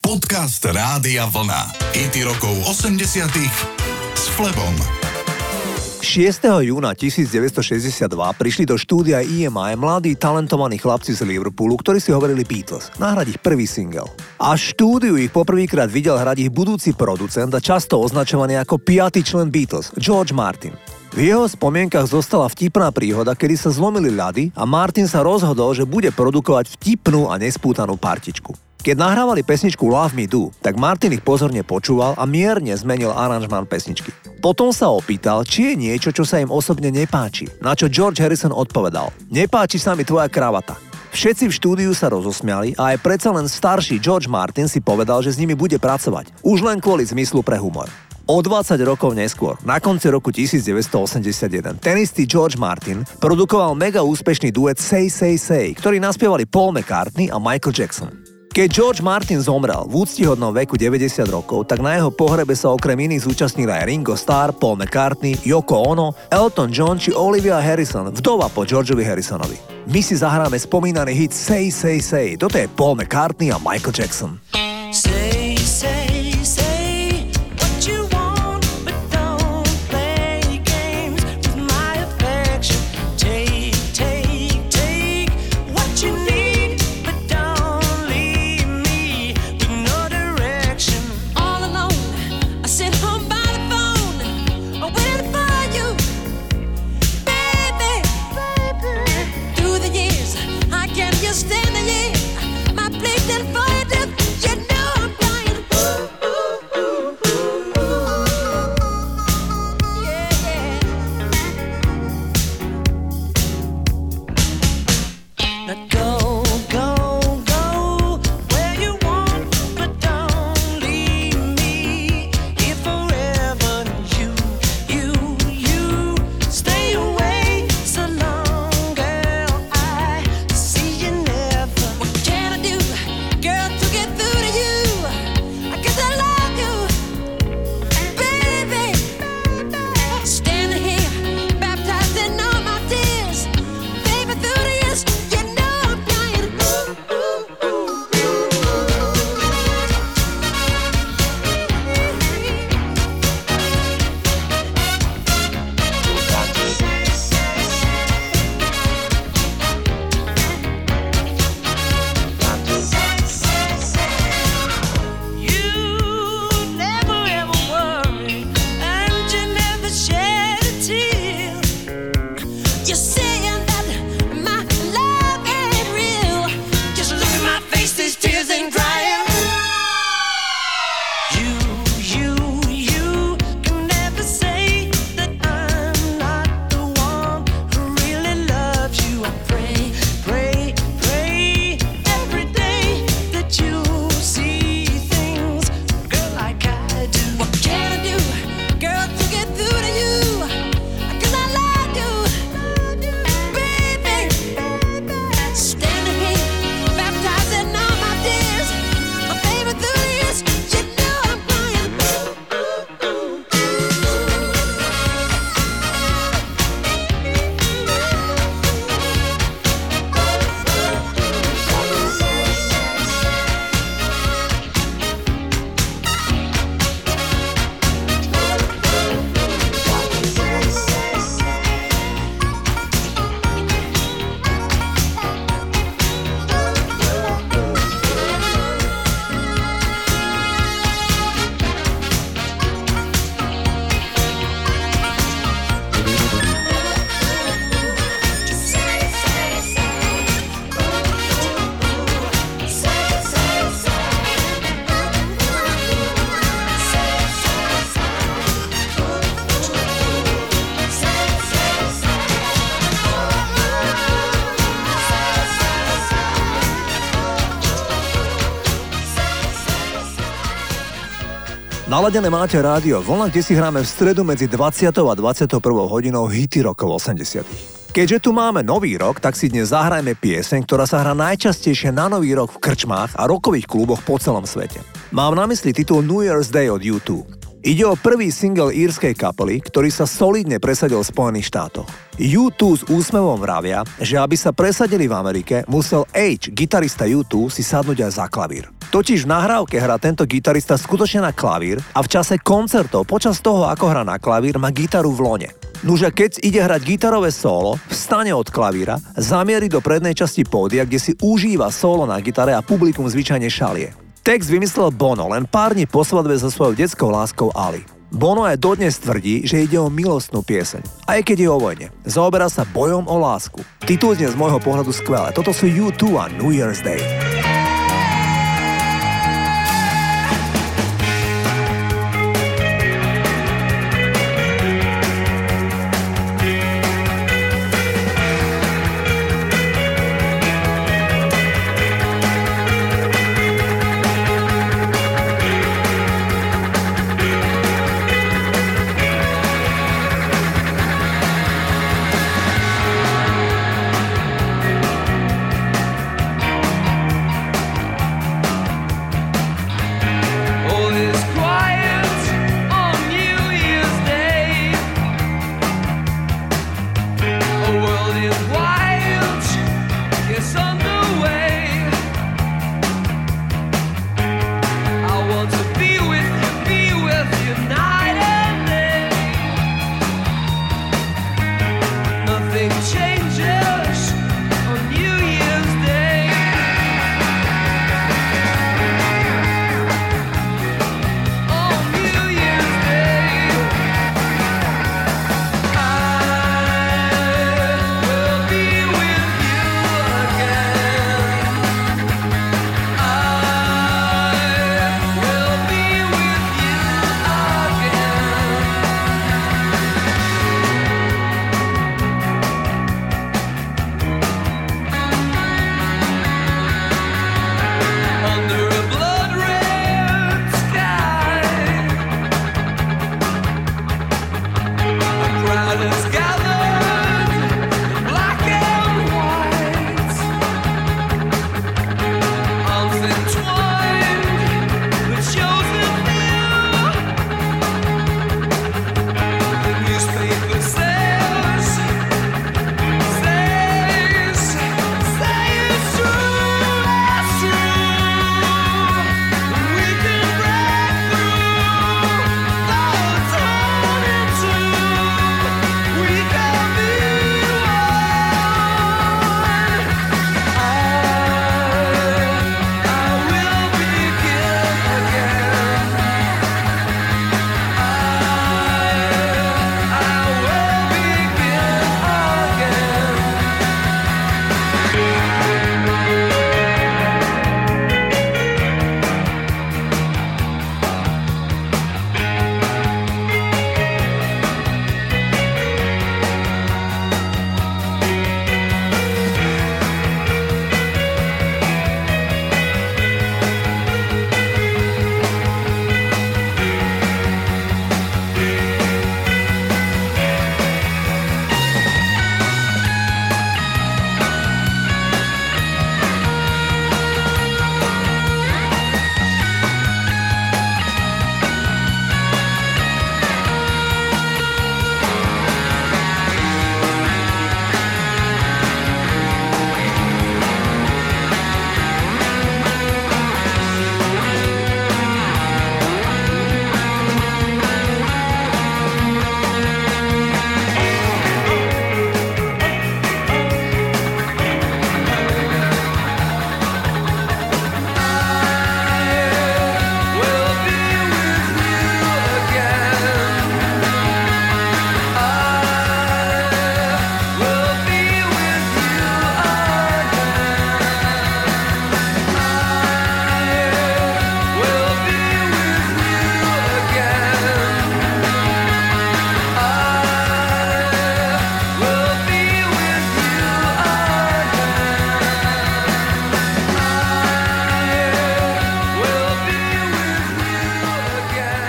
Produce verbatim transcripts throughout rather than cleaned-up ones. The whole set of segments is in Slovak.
Podcast Rádia Vlna. Hity rokov osemdesiatych s Flebom. šiesteho júna devätnásťstošesťdesiatdva prišli do štúdia í em í mladí talentovaní chlapci z Liverpoolu, ktorí si hovorili Beatles, nahrať ich prvý single. A v štúdiu ich poprvýkrát videl hrať ich budúci producent a často označovaný ako piaty člen Beatles, George Martin. V jeho spomienkach zostala vtipná príhoda, kedy sa zlomili ľady a Martin sa rozhodol, že bude produkovať vtipnú a nespútanú partičku. Keď nahrávali pesničku Love Me Do, tak Martin ich pozorne počúval a mierne zmenil aranžmán pesničky. Potom sa opýtal, či je niečo, čo sa im osobne nepáči, na čo George Harrison odpovedal: nepáči sa mi tvoja kravata. Všetci v štúdiu sa rozosmiali a aj predsa len starší George Martin si povedal, že s nimi bude pracovať, už len kvôli zmyslu pre humor. O dvadsať rokov neskôr, na konci roku devätnásťstoosemdesiatjeden, ten istý George Martin produkoval mega úspešný duet Say Say Say, ktorý naspievali Paul McCartney a Michael Jackson. Keď George Martin zomrel v úctihodnom veku deväťdesiat rokov, tak na jeho pohrebe sa okrem iných zúčastnili aj Ringo Starr, Paul McCartney, Yoko Ono, Elton John či Olivia Harrison, vdova po Georgeovi Harrisonovi. My si zahráme spomínaný hit Say Say Say, toto je Paul McCartney a Michael Jackson. Say, say, say what you want, but don't play games with my affection. Take, take, take what you need, but don't leave me with no direction. All alone, I sit home by the phone, waiting for you, baby, baby. Through the years, I can't just stand here. My place and for you, you know I'm crying. Ooh, ooh, ooh, ooh. Yeah, yeah. Now go, go, go where you want, but don't leave me here forever. You, you, you stay away so long, girl. I see you never. What can I do, girl, to get through to you? I guess I love you, baby. Standing here, baptized in all my tears, baby. Through the years, you know I'm crying. Ooh, ooh, ooh, You never ever worry, and you never shed a tear. You're saying that my love ain't real. Just look at my face, these tears ain't drying. You, you, you can never say that I'm not the one who really loves you. I pray, pray, pray every day that you see things, girl, like I do. What can I do, girl, to get through to you? 'Cause I love you, baby. Standing here, baptized in all my tears, my baby, through the years, you know I'm crying. Ooh, ooh, Naladené máte rádio Vlna, kde si hráme v stredu medzi dvadsiatou a dvadsiatou prvou hodinou hity rokov osemdesiatych. Keďže tu máme nový rok, tak si dnes zahrajme pieseň, ktorá sa hrá najčastejšie na nový rok v krčmách a rokových kluboch po celom svete. Mám na mysli titul New Year's Day od U dva. Ide o prvý single írskej kapely, ktorý sa solidne presadil v Spojených štátoch. ú dva s úsmevom vravia, že aby sa presadili v Amerike, musel H, gitarista ú dva, si sadnúť aj za klavír. Totiž v nahrávke hrá tento gitarista skutočne na klavír a v čase koncertov, počas toho, ako hrá na klavír, má gitaru v lone. Nuže keď ide hrať gitarové solo, vstane od klavíra, zamieri do prednej časti pódia, kde si užíva solo na gitare a publikum zvyčajne šalie. Text vymyslel Bono len pár dní po svadbe so svojou detskou láskou Ali. Bono aj dodnes tvrdí, že ide o milostnú pieseň, aj keď je o vojne. Zaoberá sa bojom o lásku. Titul znie z môjho pohľadu skvelé. Toto sú ú dva a New Year's Day.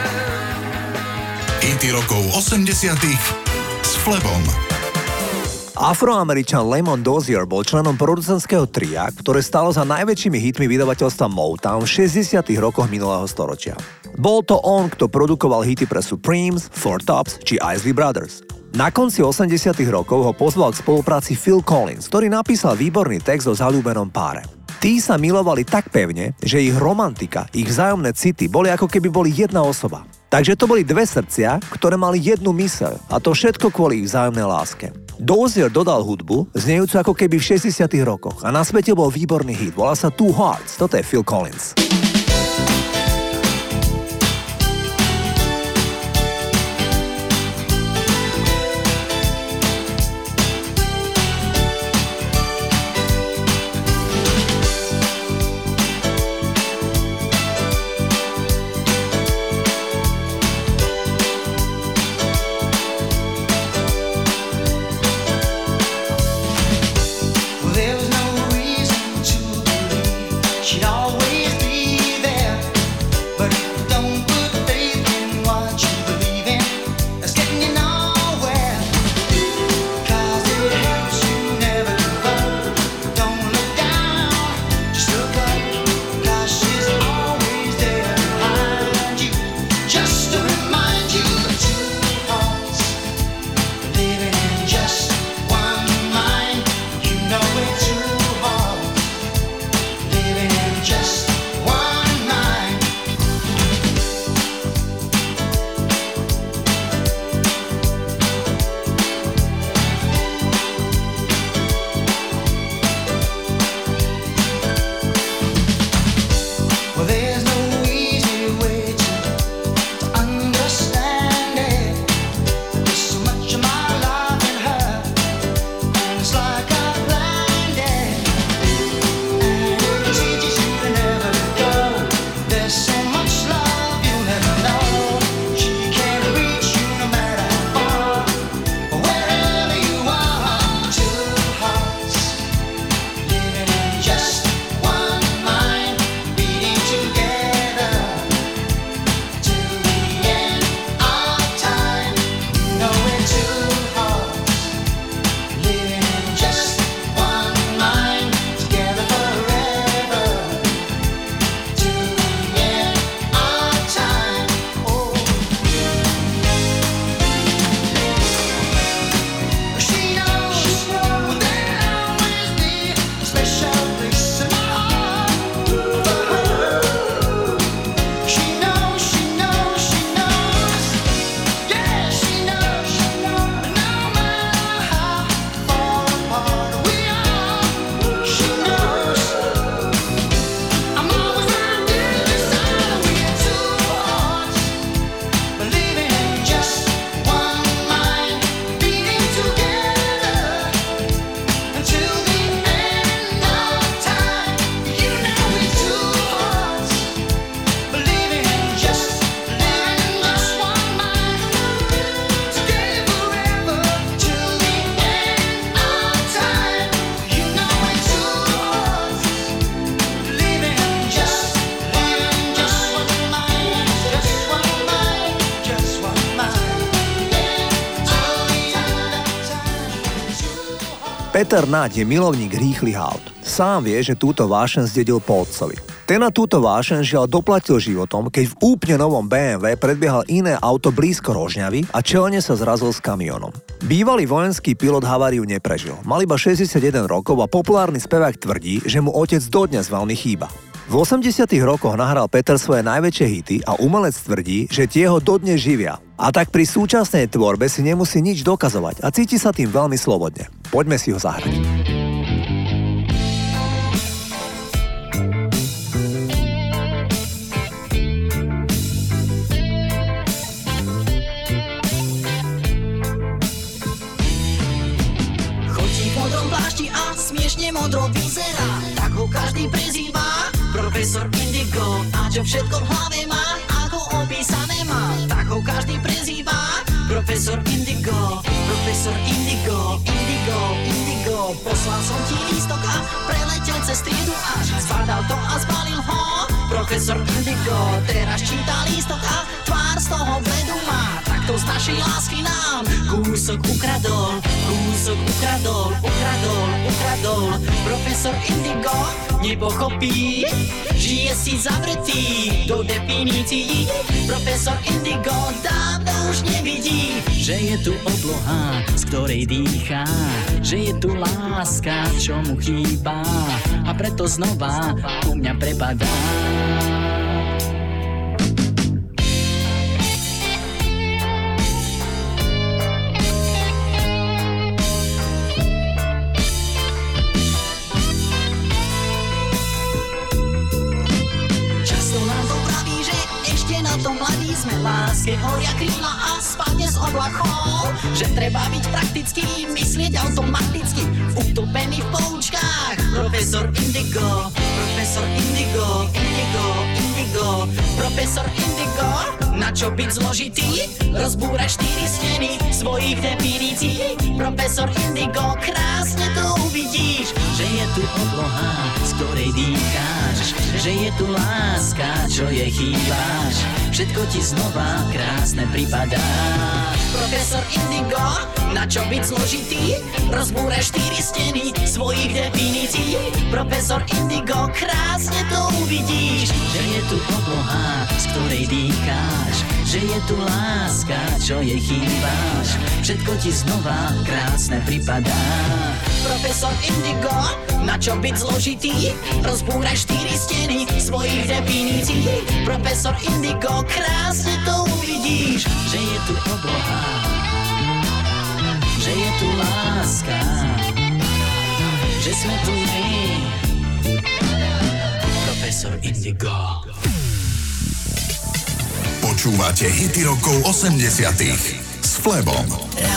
hity rokov osemdesiatych s Flebom. Afroameričan Lemon Dozier bol členom producentského tria, ktoré stalo za najväčšími hitmi vydavateľstva Motown v šesťdesiatych rokoch minulého storočia. Bol to on, kto produkoval hity pre Supremes, Four Tops či Isley Brothers. Na konci osemdesiatych rokov ho pozval k spolupráci Phil Collins, ktorý napísal výborný text o zaľúbenom páre. Tí sa milovali tak pevne, že ich romantika, ich vzájomné city boli ako keby boli jedna osoba. Takže to boli dve srdcia, ktoré mali jednu myseľ, a to všetko kvôli ich vzájomnej láske. Dozier dodal hudbu, znejúcu ako keby v šesťdesiatych rokoch, a na svete bol výborný hit, volá sa Two Hearts, toto je Phil Collins. She'd always be there. Peter Naď je milovník rýchlych aut. Sám vie, že túto vášeň zdedil po otcovi. Ten na túto vášeň žiaľ doplatil životom, keď v úplne novom bé em vé predbiehal iné auto blízko Rožňavy a čelne sa zrazil s kamionom. Bývalý vojenský pilot haváriu neprežil. Mal iba šesťdesiatjeden rokov a populárny spevák tvrdí, že mu otec dodnes veľmi chýba. V osemdesiatych rokoch nahral Peter svoje najväčšie hity a umelec tvrdí, že tie ho dodnes živia. A tak pri súčasnej tvorbe si nemusí nič dokazovať a cíti sa tým veľmi slobodne. Poďme si ho zahrať. Chodí v modrom plášti a smiešne modro vyzerá, tak ho každý prezýva Profesor Indigo. A čo všetko v hlave má, ako opísané má, tak ho každý prezýva Profesor Indigo. Profesor Indigo, Indigo, Indigo. Poslal som ti lístok a preletel cez triedu až zbadal to a zbalil ho Profesor Indigo teraz číta lístok a tvár z toho bledu má. Takto z našej lásky nám kúsok ukradol, kúsok ukradol, ukradol, ukradol. Profesor Indigo nepochopí, žije si zavretý do definícií. Profesor Indigo dávno už nevidí, že je tu obloha, z ktorej dýchá, že je tu láska, čo mu chýba, a preto znova u mňa prepadá. Sme láske horia krídla a spadne z oblakov, že treba byť praktický, myslieť automaticky, utopený v poučkách. Profesor Indigo, profesor Indigo, Indigo, Indigo, profesor Indigo, na čo byť zložitý? Rozbúrať štyri steny svojich definícií. Profesor Indigo, krásne to uvidíš, že je tu obloha, z ktorej dýcháš, že je tu láska, čo jej chýbáš. Všetko ti znova krásne pripadá. Profesor Indigo, na čo byť zložitý? Rozbúraj štyri steny svojich definícií. Profesor Indigo, krásne to uvidíš, že je tu obloha, z ktorej dýcháš, že je tu láska, čo jej chýbáš. Všetko ti znova krásne pripadá. Profesor Indigo, na čo byť zložitý? Rozbúraj štyri steny svojich definícií. Profesor Indigo, krásne to uvidíš, že je tu obloha, že je tu láska, že sme tu my. Profesor Indigo. Počúvate hity rokov osemdesiatych s Flebom.